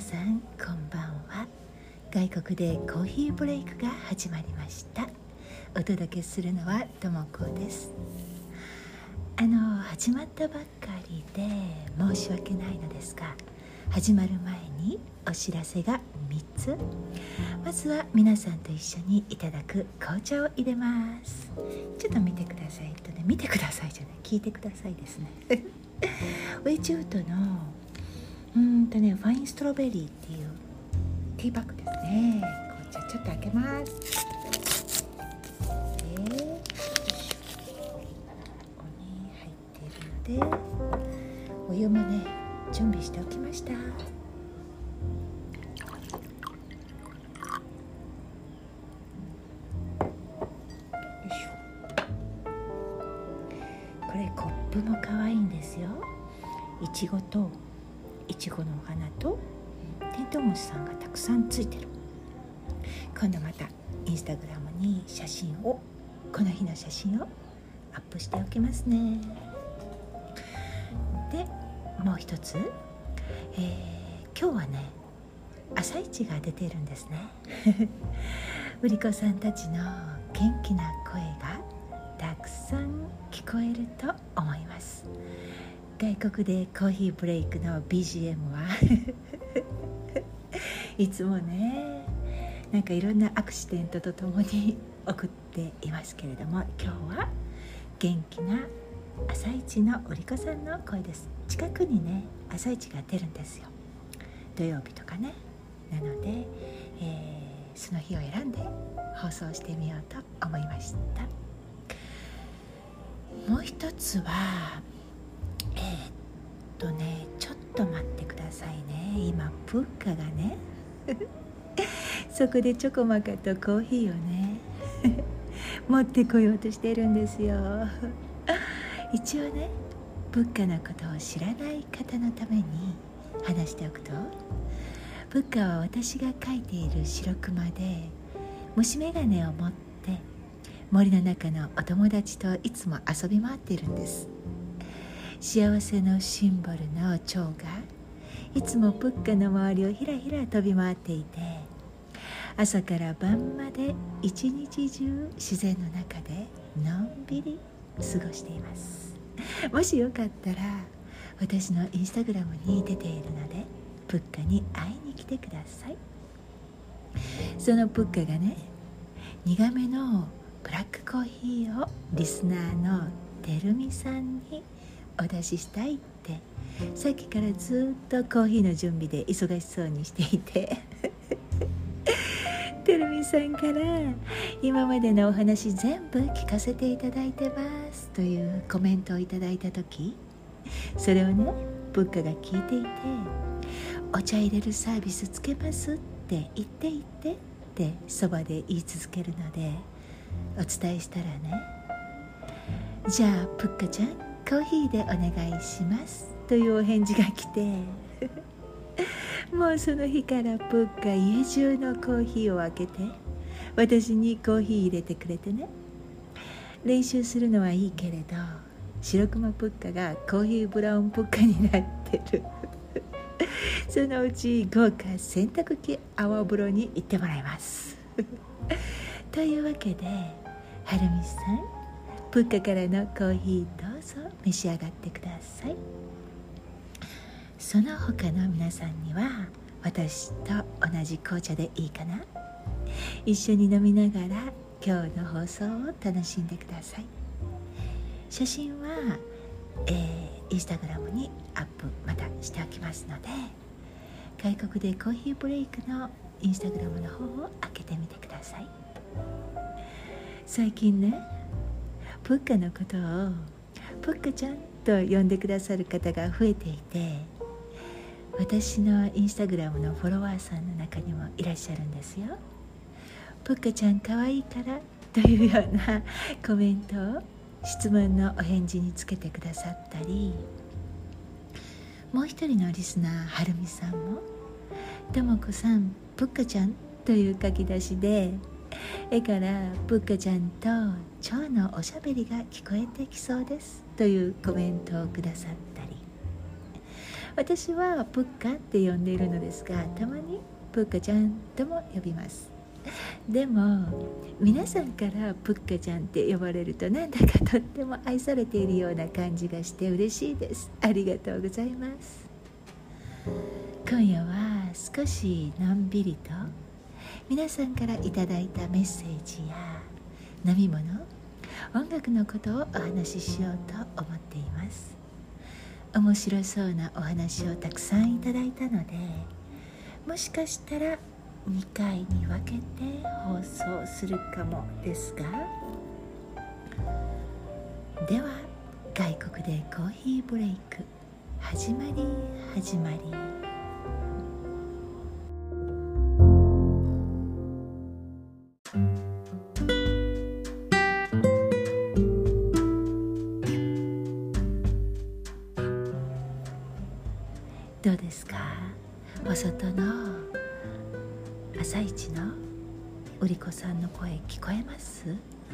さんこんばんは。外国でコーヒーブレイクが始まりました。お届けするのはともこです。始まったばっかりで申し訳ないのですが、始まる前にお知らせが3つ。まずは皆さんと一緒にいただく紅茶を入れます。ちょっと見てください。見てくださいじゃない、聞いてくださいですねウェイチュートのファインストロベリーっていうティーバッグですね。紅茶ちょっと開けます。ここに入っているので、お湯もね準備しておきました。よいしょ。これコップも可愛いんですよ。いちごのお花とテントウムシさんがたくさんついてる。今度またインスタグラムにこの日の写真をアップしておきますね。でもう一つ、今日はね朝市が出てるんですね売り子さんたちの元気な声がたくさん聞こえると思います。外国でコーヒーブレイクの BGM はいつもねなんかいろんなアクシデントとともに送っていますけれども、今日は元気な朝市の売り子さんの声です。近くにね朝市が出るんですよ、土曜日とかね。なので、その日を選んで放送してみようと思いました。もう一つはちょっと待ってくださいね。今プッカがねそこでチョコマカとコーヒーをね持ってこようとしているんですよ。一応ねプッカのことを知らない方のために話しておくと、プッカは私が描いている白クマで虫眼鏡を持って森の中のお友達といつも遊び回っているんです。幸せのシンボルの蝶がいつもプッカの周りをひらひら飛び回っていて、朝から晩まで一日中自然の中でのんびり過ごしています。もしよかったら私のインスタグラムに出ているのでプッカに会いに来てください。そのプッカがね苦めのブラックコーヒーをリスナーのてるみさんにお出ししたいってさっきからずっとコーヒーの準備で忙しそうにしていててるみさんから今までのお話全部聞かせていただいてますというコメントをいただいた時、それをねプッカが聞いていて、お茶入れるサービスつけますって言ってってそばで言い続けるのでお伝えしたらね、じゃあプッカちゃんコーヒーでお願いしますというお返事が来てもうその日からプッカ家中のコーヒーを開けて私にコーヒー入れてくれてね。練習するのはいいけれど白クマプッカがコーヒーブラウンプッカになってるそのうち豪華洗濯機泡風呂に行ってもらいますというわけではるみさん、プッカからのコーヒーどうぞ召し上がってください。その他の皆さんには私と同じ紅茶でいいかな。一緒に飲みながら今日の放送を楽しんでください。写真は、インスタグラムにアップまたしておきますので、外国でコーヒーブレイクのインスタグラムの方を開けてみてください。最近ねプッカのことをプッカちゃんと呼んでくださる方が増えていて、私のインスタグラムのフォロワーさんの中にもいらっしゃるんですよ。プッカちゃんかわいいからというようなコメントを質問のお返事につけてくださったり、もう一人のリスナーはるみさんもともこさんプッカちゃんという書き出しで絵からプッカちゃんと蝶のおしゃべりが聞こえてきそうですというコメントをくださったり、 私はプッカって呼んでいるのですが、たまにプッカちゃんとも呼びます。でも皆さんからプッカちゃんって呼ばれると、なんだかとっても愛されているような感じがして嬉しいです。ありがとうございます。今夜は少しのんびりと皆さんからいただいたメッセージや飲み物、音楽のことをお話ししようと思っています。面白そうなお話をたくさんいただいたので、もしかしたら2回に分けて放送するかもですが、では外国でコーヒーブレイク始まり。どうですか？お外の朝一の売り子さんの声聞こえます？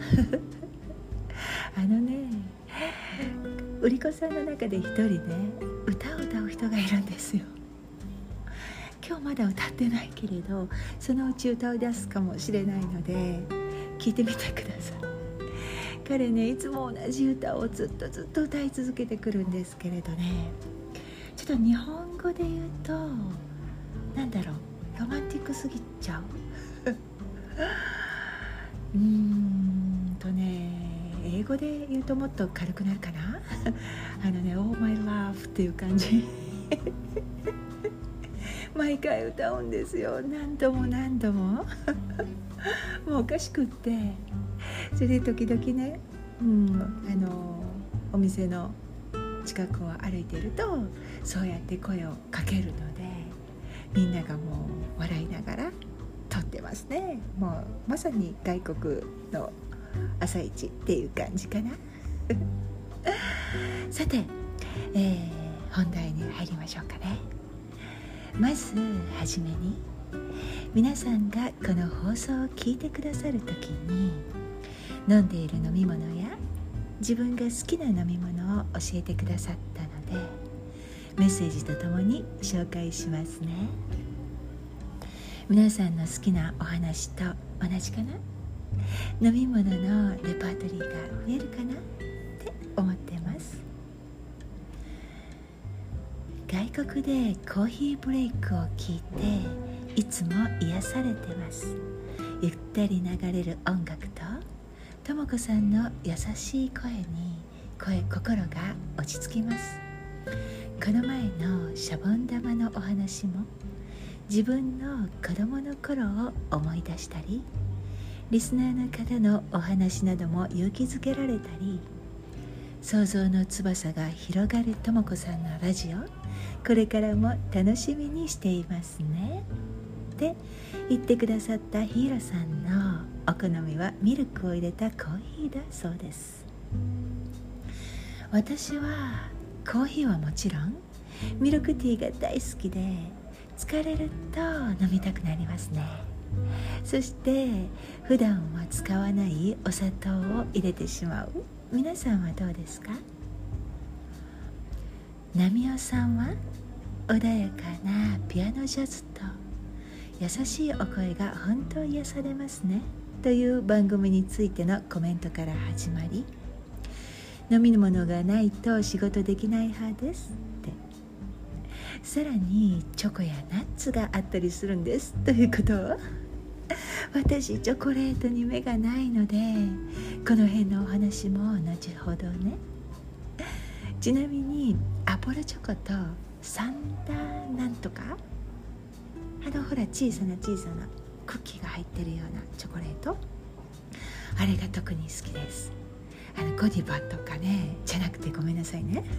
売り子さんの中で一人ね、歌を歌う人がいるんですよ。今日まだ歌ってないけれど、そのうち歌を出すかもしれないので聞いてみてください。彼ね、いつも同じ歌をずっと歌い続けてくるんですけれどね、ちょっと日本語で言うとロマンティックすぎちゃう英語で言うともっと軽くなるかなOh my love っていう感じ毎回歌うんですよ。何度ももうおかしくって、それで時々ね、お店の近くを歩いているとそうやって声をかけるので、みんながもう笑いながら撮ってますね。もうまさに外国の朝一っていう感じかなさて、本題に入りましょうかね。まずはじめに、皆さんがこの放送を聞いてくださるときに飲んでいる飲み物や自分が好きな飲み物を教えてくださったので、メッセージとともに紹介しますね。皆さんの好きなお話と同じかな？飲み物のレパートリーが増えるかなって思ってます。外国でコーヒーブレイクを聞いていつも癒されてます。ゆったり流れる音楽とともこさんの優しい声に心が落ち着きます。この前のシャボン玉のお話も自分の子供の頃を思い出したり、リスナーの方のお話なども勇気づけられたり、想像の翼が広がるともこさんのラジオ、これからも楽しみにしていますねって言ってくださったヒーローさんのお好みはミルクを入れたコーヒーだそうです。私はコーヒーはもちろんミルクティーが大好きで、疲れると飲みたくなりますね。そして普段は使わないお砂糖を入れてしまう。皆さんはどうですか？ナミオさんは穏やかなピアノジャズと優しいお声が本当癒されますねという番組についてのコメントから始まり、飲み物がないと仕事できない派ですって、さらにチョコやナッツがあったりするんですということを、私チョコレートに目がないのでこの辺のお話も後ほどね。ちなみにアポロチョコとサンダーなんとか、ほら小さなクッキーが入ってるようなチョコレート、あれが特に好きです。ゴディバとかねじゃなくて、ごめんなさいね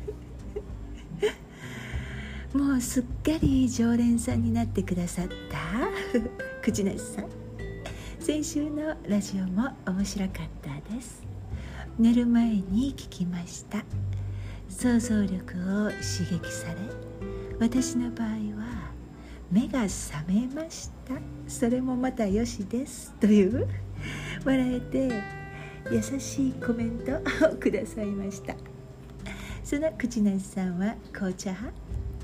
もうすっかり常連さんになってくださった口なしさん、先週のラジオも面白かったです。寝る前に聞きました。想像力を刺激され、私の場合は目が覚めました。それもまたよしですという笑えて優しいコメントをくださいました。その口なしさんは紅茶派、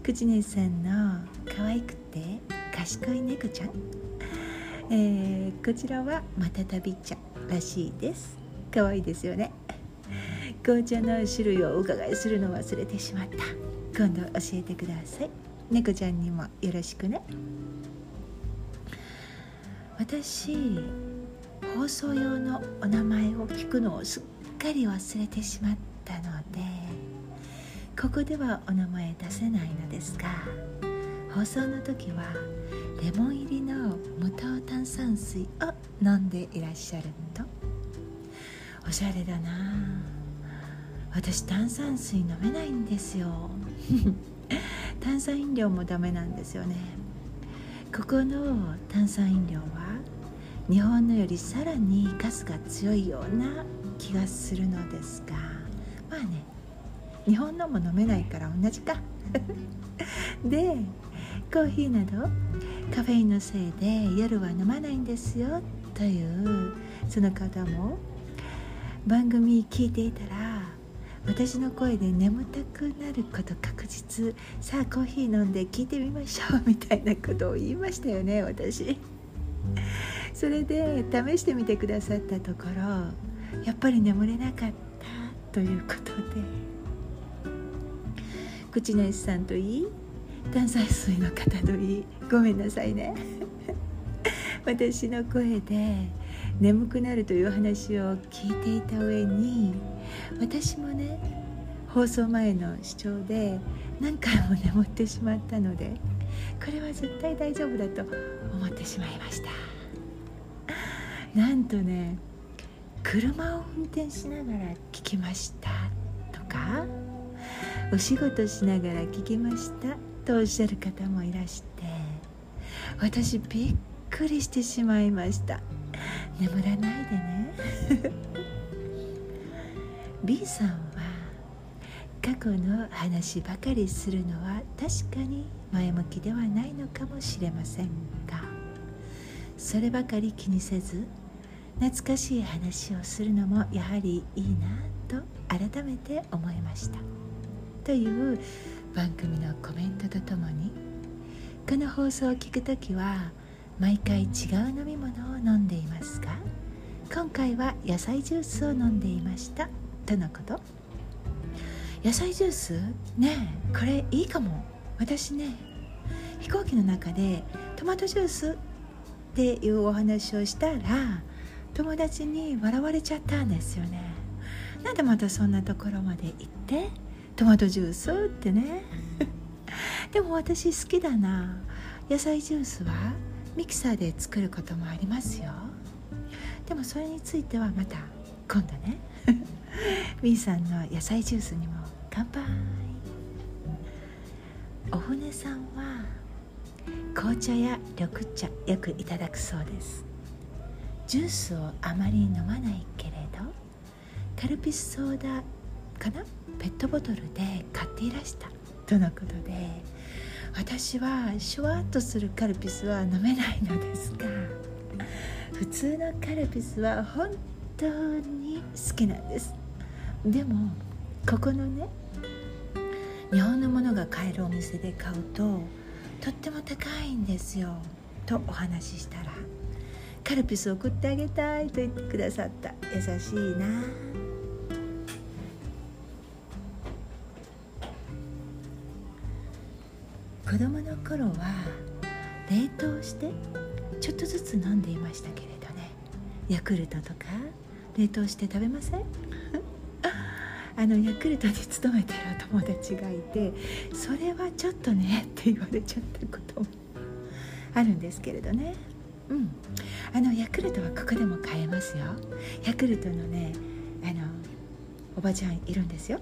口ねさんの可愛くて賢い猫ちゃん、こちらはまたたび茶らしいです。可愛いですよね。紅茶の種類をお伺いするの忘れてしまった。今度教えてください。猫ちゃんにもよろしくね。私、放送用のお名前を聞くのをすっかり忘れてしまったので、ここではお名前出せないのですが、放送の時はレモン入りの無糖炭酸水を飲んでいらっしゃると。おしゃれだな。私炭酸水飲めないんですよ炭酸飲料もダメなんですよね。ここの炭酸飲料は日本のよりさらにガスが強いような気がするのですが、まあね、日本のも飲めないから同じかで、コーヒーなどカフェインのせいで夜は飲まないんですよというその方も番組聞いていたら、私の声で眠たくなること確実。さあコーヒー飲んで聞いてみましょうみたいなことを言いましたよね、私。それで試してみてくださったところ、やっぱり眠れなかったということで、口なしさんといい、炭酸水の方といい、ごめんなさいね私の声で眠くなるという話を聞いていた上に、私もね、放送前の視聴で何回も眠ってしまったので、これは絶対大丈夫だと思ってしまいました。なんとね、車を運転しながら聞きましたとか、お仕事しながら聞きましたとおっしゃる方もいらして、私びっくりしてしまいました。眠らないでねB さんは過去の話ばかりするのは確かに前向きではないのかもしれませんが、そればかり気にせず懐かしい話をするのもやはりいいなと改めて思いましたという番組のコメントとともに、この放送を聞くときは毎回違う飲み物を飲んでいますが、今回は野菜ジュースを飲んでいましたとのこと。野菜ジュースね、これいいかも。私ね、飛行機の中でトマトジュースっていうお話をしたら、友達に笑われちゃったんですよね。なんでまたそんなところまで行ってトマトジュースってねでも私好きだな。野菜ジュースはミキサーで作ることもありますよ。でもそれについてはまた今度ねみーさんの野菜ジュースにも乾杯。お船さんは紅茶や緑茶よくいただくそうです。ジュースをあまり飲まないけれど、カルピスソーダかな、ペットボトルで買っていらしたとのことで、私はシュワッとするカルピスは飲めないのですが、普通のカルピスは本当に好きなんです。でもここのね、日本のものが買えるお店で買うととっても高いんですよとお話ししたら、カルピスを送ってあげたいと言ってくださった。優しいな。子供の頃は冷凍してちょっとずつ飲んでいましたけれどね、ヤクルトとか冷凍して食べませんヤクルトに勤めてるお友達がいて、それはちょっとねって言われちゃったこともあるんですけれどね。ヤクルトはここでも買えますよ。ヤクルトのね、おばちゃんいるんですよ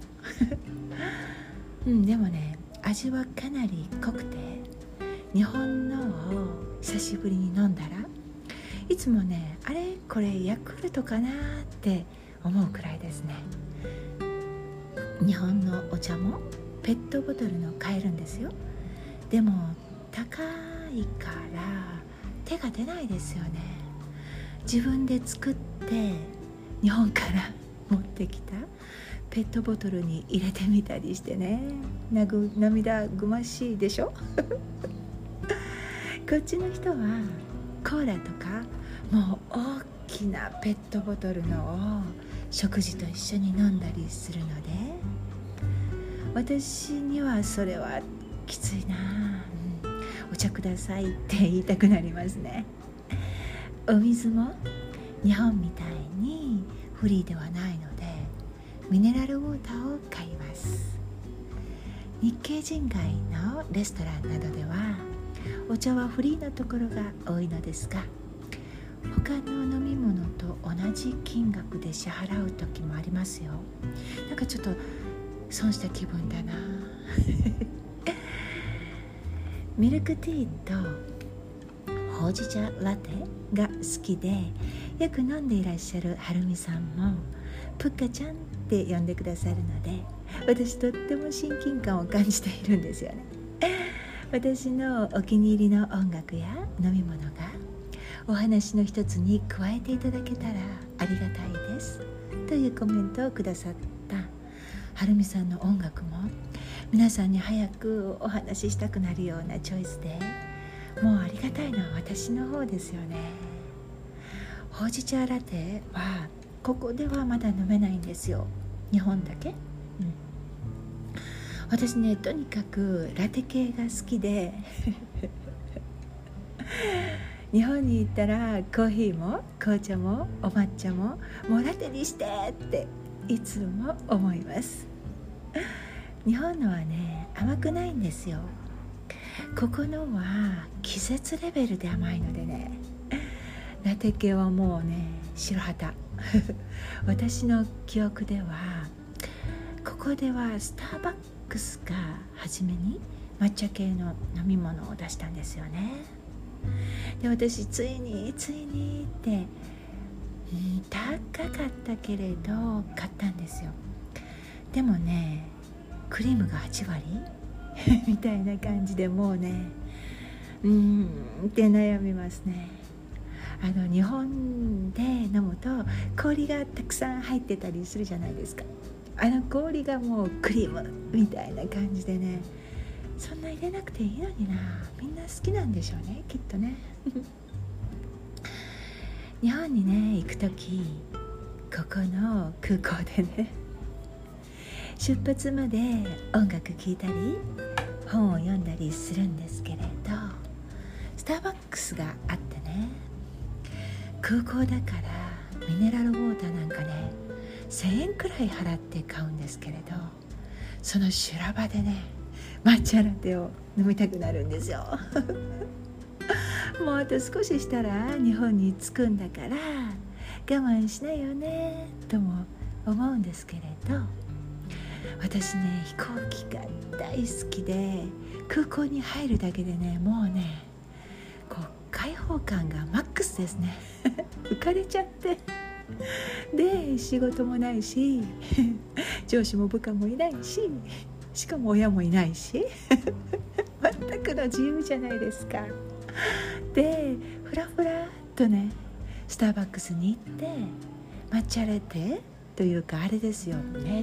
でもね、味はかなり濃くて、日本のを久しぶりに飲んだらいつもね、あれこれヤクルトかなって思うくらいですね。日本のお茶もペットボトルの買えるんですよ。でも高いから手が出ないですよね。自分で作って日本から持ってきたペットボトルに入れてみたりしてね、涙ぐましいでしょこっちの人はコーラとかもう大きなペットボトルのを食事と一緒に飲んだりするので、私にはそれはきついな、お茶くださいって言いたくなりますね。お水も日本みたいにフリーではないのでミネラルウォーターを買います。日系人街のレストランなどではお茶はフリーなところが多いのですが、他の飲み物と同じ金額で支払う時もありますよ。なんかちょっと損した気分だなミルクティーとほうじ茶ラテが好きでよく飲んでいらっしゃるはるみさんもプッカちゃんって呼んでくださるので、私とっても親近感を感じているんですよね。私のお気に入りの音楽や飲み物がお話の一つに加えていただけたらありがたいですというコメントをくださったはるみさんの音楽も皆さんに早くお話ししたくなるようなチョイスで、もうありがたいのは私の方ですよね。ほうじ茶ラテはここではまだ飲めないんですよ、日本だけ、私ね、とにかくラテ系が好きで日本に行ったらコーヒーも紅茶もお抹茶ももうラテにしてっていつも思います。日本のはね、甘くないんですよ。ここのは季節レベルで甘いのでね、ラテ系はもうね白旗私の記憶ではここではスターバックスが初めに抹茶系の飲み物を出したんですよね。で、私ついにって、高かったけれど買ったんですよ。でもね、クリームが8割みたいな感じでもうねって悩みますね。日本で飲むと氷がたくさん入ってたりするじゃないですか。氷がもうクリームみたいな感じでね、そんな入れなくていいのにな、みんな好きなんでしょうね、きっとね日本にね行くとき、ここの空港でね出発まで音楽聴いたり本を読んだりするんですけれど、スターバックスがあってね、空港だからミネラルウォーターなんかね1000円くらい払って買うんですけれど、その修羅場でね抹茶ラテを飲みたくなるんですよもうあと少ししたら日本に着くんだから我慢しないよねとも思うんですけれど、私ね飛行機が大好きで、空港に入るだけでねもうねこう開放感がマックスですね浮かれちゃって、で仕事もないし上司も部下もいないし、しかも親もいないし全くの自由じゃないですか。でふらふらっとねスターバックスに行って抹茶ラテというかあれですよ、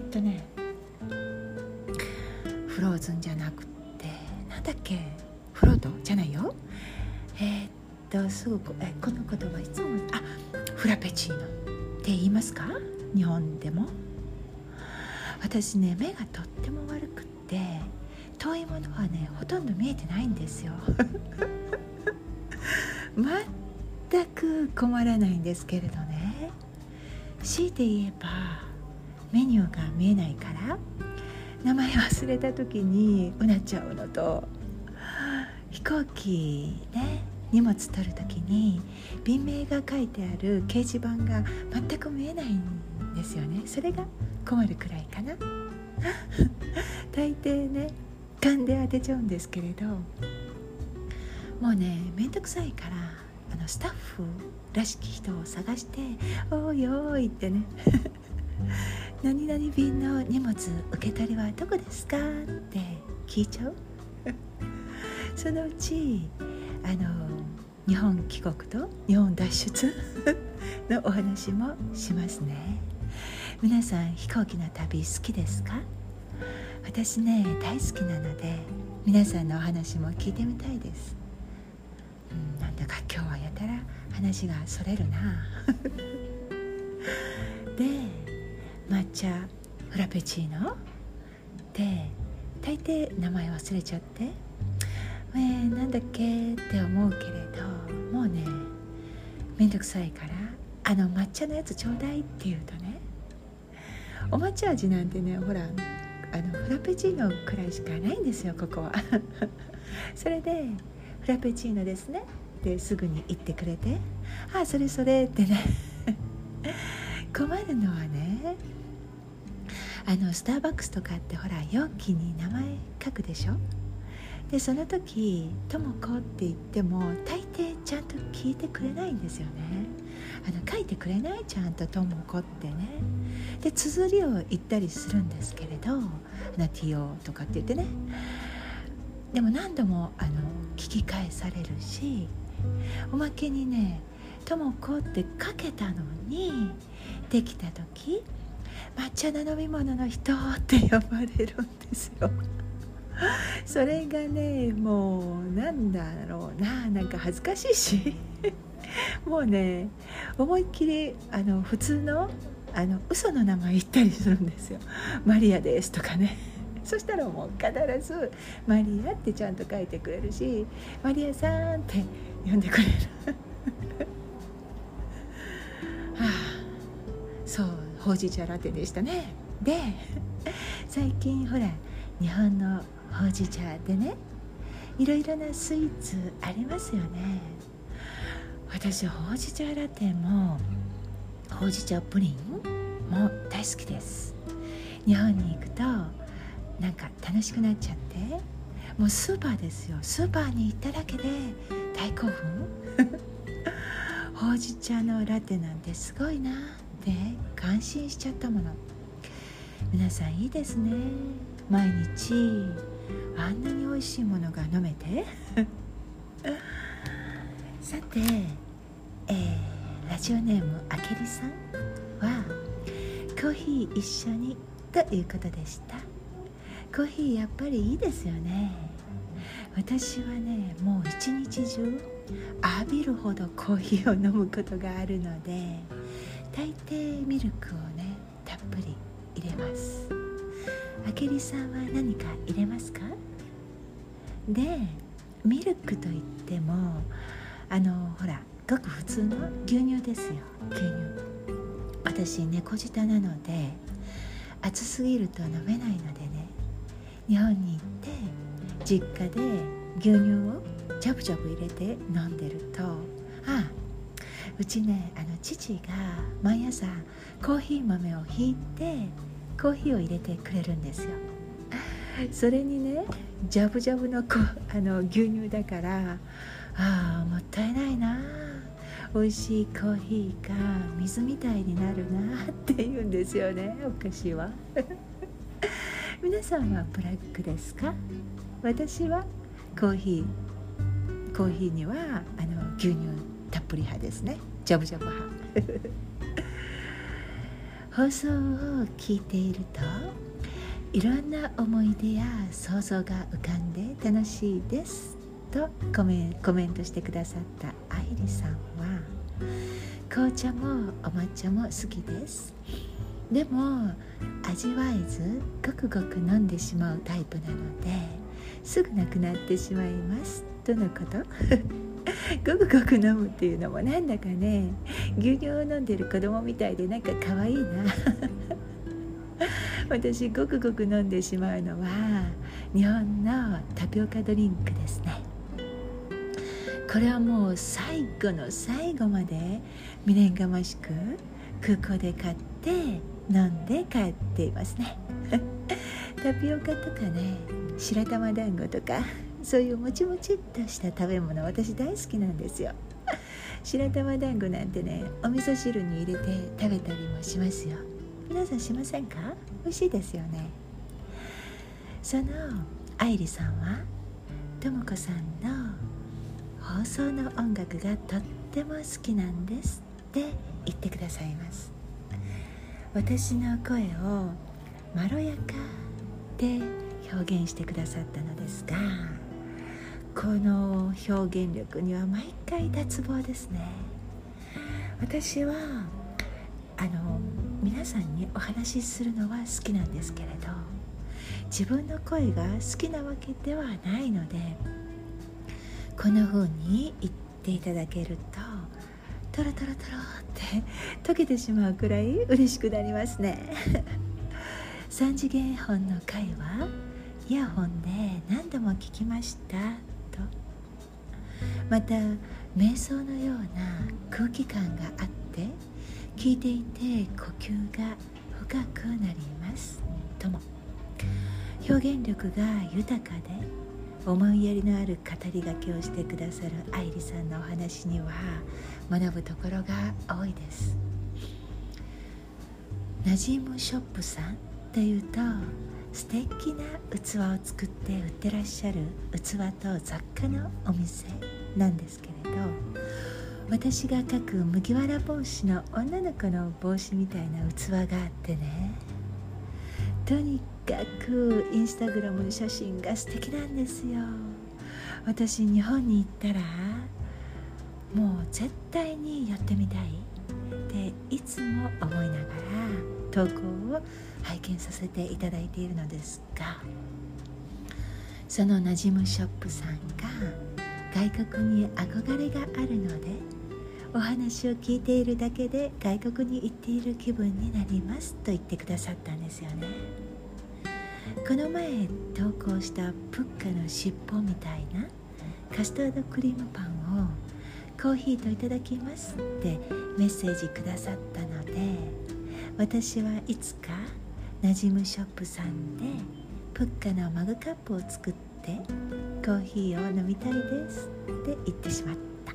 フローズンじゃなくてなんだっけ、フロートじゃないよ、すぐこの言葉いつもフラペチーノって言いますか、日本でも。私ね目がとっても悪くって遠いものはねほとんど見えてないんですよ全く困らないんですけれどね、強いて言えばメニューが見えないから名前忘れた時にうなっちゃうのと、飛行機ね荷物取る時に便名が書いてある掲示板が全く見えないんですよね。それが困るくらいかな大抵ね勘で当てちゃうんですけれど、もうねめんどくさいからスタッフらしき人を探しておいおいってね何々便の荷物受け取りはどこですかって聞いちゃうそのうち日本帰国と日本脱出のお話もしますね。 皆さん飛行機の旅好きですか？私ね大好きなので皆さんのお話も聞いてみたいです。なんだか今日はやたら話がそれるなで抹茶フラペチーノで大抵名前忘れちゃって、なんだっけって思うけれど、もうねめんどくさいから抹茶のやつちょうだいって言うとね、お抹茶味なんてねほらフラペチーノくらいしかないんですよここはそれでフラペチーノですねですぐに言ってくれて、それそれってね困るのはね、スターバックスとかってほら容器に名前書くでしょ。でその時ともこって言っても大抵ちゃんと聞いてくれないんですよね。書いてくれないちゃんとともこってね。で綴りを言ったりするんですけれどTO とかって言ってね、でも何度も聞き返されるし、おまけにねともこってかけたのにできた時抹茶の飲み物の人って呼ばれるんですよそれがねもうなんだろうな、なんか恥ずかしいしもうね思いっきり普通の嘘の名前言ったりするんですよ。マリアですとかねそしたらもう必ずマリアってちゃんと書いてくれるし、マリアさんって呼んでくれるそうほうじ茶ラテでしたね。で最近ほら日本のほうじ茶でねいろいろなスイーツありますよね。私ほうじ茶ラテもほうじ茶プリンも大好きです。日本に行くとなんか楽しくなっちゃって、もうスーパーですよ、スーパーに行っただけで大興奮ほうじ茶のラテなんてすごいなって感心しちゃったもの。皆さんいいですね、毎日あんなに美味しいものが飲めてさて、ラジオネームあけりさんはコーヒー一緒にということでした。コーヒーやっぱりいいですよね。私はねもう一日中浴びるほどコーヒーを飲むことがあるので、大抵ミルクをねたっぷり入れます。あけりさんは何か入れますか？でミルクといってもほらごく普通の牛乳ですよ。牛乳、私猫舌なので暑すぎると飲めないのでね、日本に行って実家で牛乳をジャブジャブ入れて飲んでると、うちね父が毎朝コーヒー豆をひいてコーヒーを入れてくれるんですよ。それにねジャブジャブの牛乳だから、もったいないな、美味しいコーヒーが水みたいになるなって言うんですよね。おかしいわ皆さんはブラックですか？私はコーヒーには牛乳たっぷり派ですね。ジャブジャブ派放送を聞いているといろんな思い出や想像が浮かんで楽しいですとコメントしてくださったあいりさんは、紅茶もお抹茶も好きです。でも味わえずごくごく飲んでしまうタイプなのですぐなくなってしまいますとのことごくごく飲むっていうのもなんだかね牛乳を飲んでる子供みたいでなんか可愛いな私ごくごく飲んでしまうのは日本のタピオカドリンクですね。これはもう最後の最後まで未練がましく空港で買って飲んで帰っていますねタピオカとかね白玉団子とかそういうもちもちっとした食べ物私大好きなんですよ。白玉団子なんてねお味噌汁に入れて食べたりもしますよ。皆さんしませんか？美味しいですよね。その愛理さんはともこさんの放送の音楽がとっても好きなんですって言ってくださいます。 私の声をまろやかで表現してくださったのですが、この表現力には毎回脱帽ですね。私は皆さんにお話しするのは好きなんですけれど、自分の声が好きなわけではないので、こんな風に言っていただけるとトロトロトロって溶けてしまうくらい嬉しくなりますね。3次元本の回はイヤホンで何度も聞きましたと、また瞑想のような空気感があって聞いていて呼吸が深くなりますとも、表現力が豊かで思いやりのある語り書きをしてくださる愛理さんのお話には学ぶところが多いです。ナジームショップさんというと素敵な器を作って売ってらっしゃる器と雑貨のお店なんですけれど、私が描く麦わら帽子の女の子の帽子みたいな器があってね、とにかくインスタグラムの写真が素敵なんですよ。私日本に行ったらもう絶対に寄ってみたいっていつも思いながら投稿を拝見させていただいているのですが、そのナジムショップさんが外国に憧れがあるので、お話を聞いているだけで外国に行っている気分になりますと言ってくださったんですよね。この前投稿したプッカの尻尾みたいなカスタードクリームパンをコーヒーといただきますってメッセージくださったので、私はいつかナジムショップさんでプッカのマグカップを作ってコーヒーを飲みたいですって言ってしまった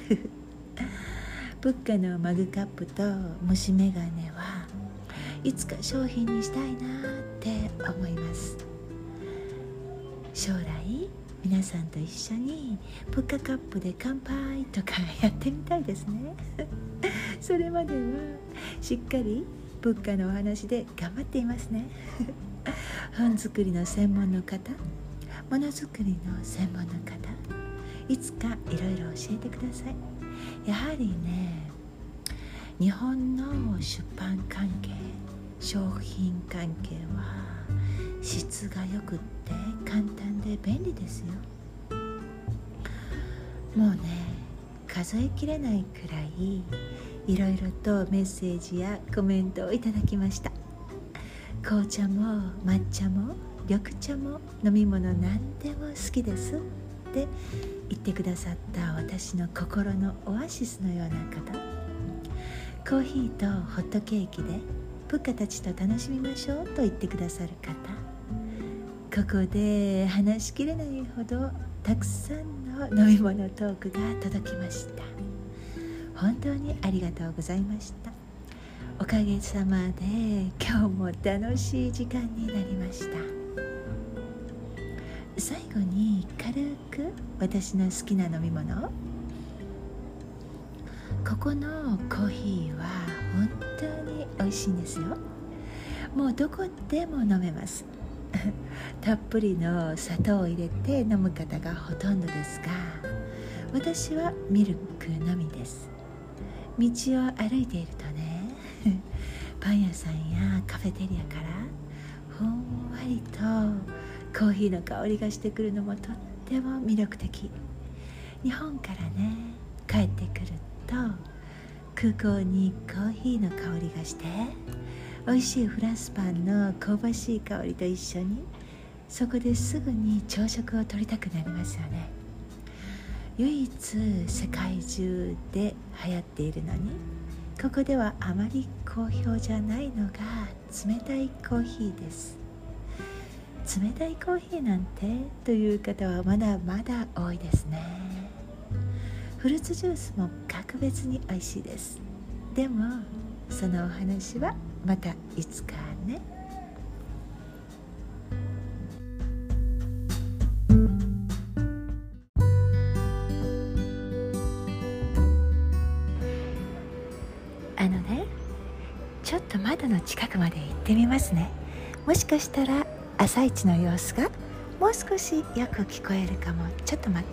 プッカのマグカップと虫眼鏡はいつか商品にしたいなって思います。将来皆さんと一緒にプッカカップで乾杯とかやってみたいですねそれまではしっかりプッカのお話で頑張っていますね本作りの専門の方、ものづくりの専門の方、いつかいろいろ教えてください。やはりね、日本の出版関係、商品関係は質が良くって簡単で便利ですよ。もうね、数えきれないくらいいろいろとメッセージやコメントをいただきました。紅茶も抹茶も緑茶も飲み物何でも好きですって言ってくださった私の心のオアシスのような方、コーヒーとホットケーキでプッカたちと楽しみましょうと言ってくださる方、ここで話しきれないほどたくさんの飲み物トークが届きました。本当にありがとうございました。おかげさまで今日も楽しい時間になりました。最後に軽く私の好きな飲み物、ここのコーヒーは本当に美味しいんですよ。もうどこでも飲めますたっぷりの砂糖を入れて飲む方がほとんどですが、私はミルクのみです。道を歩いているとねパン屋さんやカフェテリアからふんわりとコーヒーの香りがしてくるのもとっても魅力的。日本からね帰ってくると空港にコーヒーの香りがして、美味しいフランスパンの香ばしい香りと一緒に、そこですぐに朝食を取りたくなりますよね。唯一世界中で流行っているのに、ここではあまり好評じゃないのが冷たいコーヒーです。冷たいコーヒーなんてという方はまだまだ多いですね。フルーツジュースも格別に美味しいです。でもそのお話はまたいつかね。 ちょっと窓の近くまで行ってみますね。もしかしたら朝一の様子がもう少しよく聞こえるかも。ちょっと待って。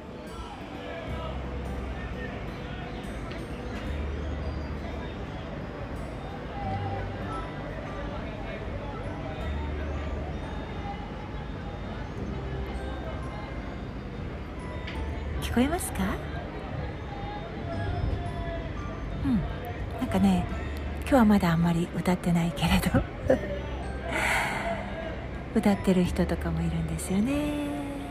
聞こえますか？なんかね、今日はまだあんまり歌ってないけれど歌ってる人とかもいるんですよね。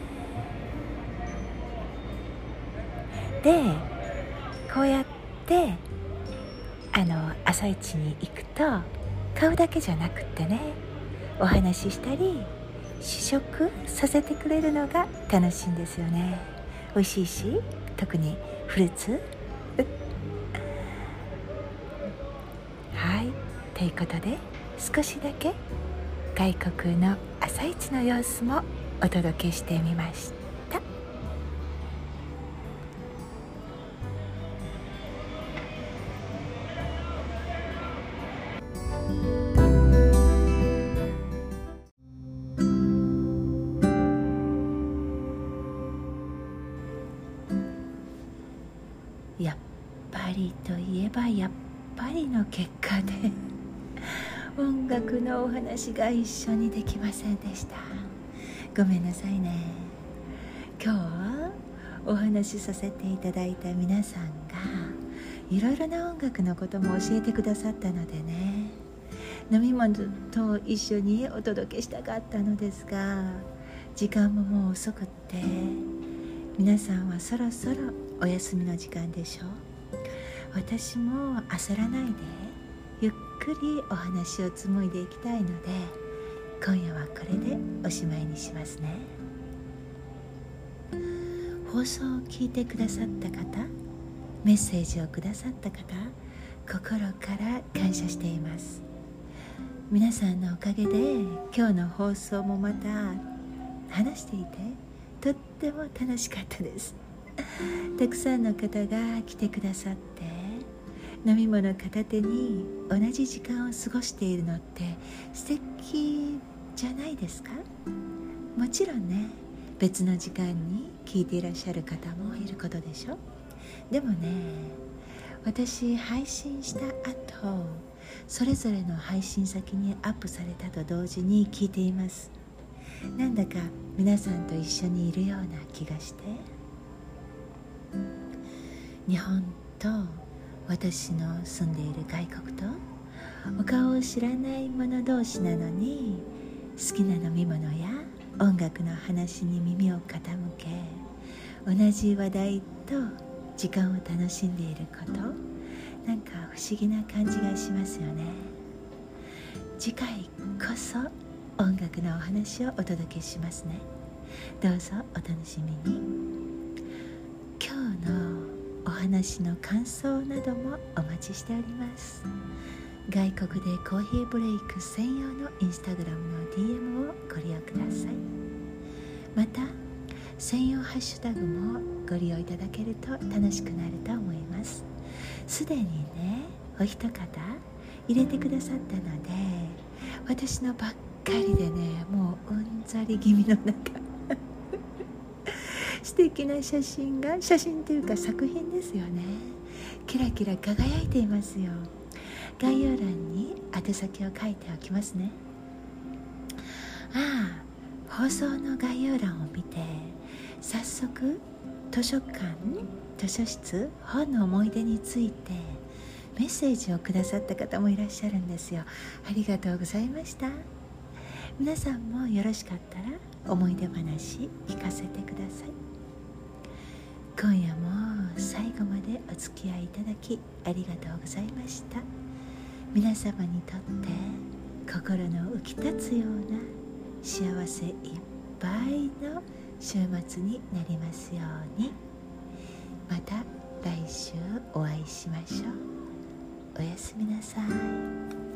で、こうやって朝一に行くと買うだけじゃなくってね、お話ししたり試食させてくれるのが楽しいんですよね。美味しいし、特にフルーツはい、ということで少しだけ外国の朝一の様子もお届けしてみました。やっぱりといえばやっぱりの結果で音楽のお話が一緒にできませんでした。ごめんなさいね。今日お話しさせていただいた皆さんがいろいろな音楽のことも教えてくださったのでね、飲み物と一緒にお届けしたかったのですが、時間ももう遅くって皆さんはそろそろお休みの時間でしょう。私も焦らないでゆっくりお話を紡いでいきたいので、今夜はこれでおしまいにしますね。放送を聞いてくださった方、メッセージをくださった方、心から感謝しています。皆さんのおかげで今日の放送もまた話していてとっても楽しかったです。たくさんの方が来てくださって、飲み物片手に同じ時間を過ごしているのって素敵じゃないですか？もちろんね、別の時間に聞いていらっしゃる方もいることでしょ。でもね、私配信した後、それぞれの配信先にアップされたと同時に聞いています。なんだか皆さんと一緒にいるような気がして、日本と私の住んでいる外国とお顔を知らない者同士なのに、好きな飲み物や音楽の話に耳を傾け、同じ話題と時間を楽しんでいること、なんか不思議な感じがしますよね。次回こそ音楽のお話をお届けしますね。どうぞお楽しみに。今日のお話の感想などもお待ちしております。外国でコーヒーブレイク専用のインスタグラムの DM をご利用ください。また専用ハッシュタグもご利用いただけると楽しくなると思います。すでにね、お一方入れてくださったので、私のばっかりでね、もううんざり気味の中素敵な写真というか作品ですよね。キラキラ輝いていますよ。概要欄に宛先を書いておきますね。放送の概要欄を見て、早速図書館、図書室、本の思い出についてメッセージをくださった方もいらっしゃるんですよ。ありがとうございました。皆さんもよろしかったら思い出話聞かせてください。今夜も最後までお付き合いいただきありがとうございました。皆様にとって心の浮き立つような幸せいっぱいの週末になりますように。また来週お会いしましょう。おやすみなさい。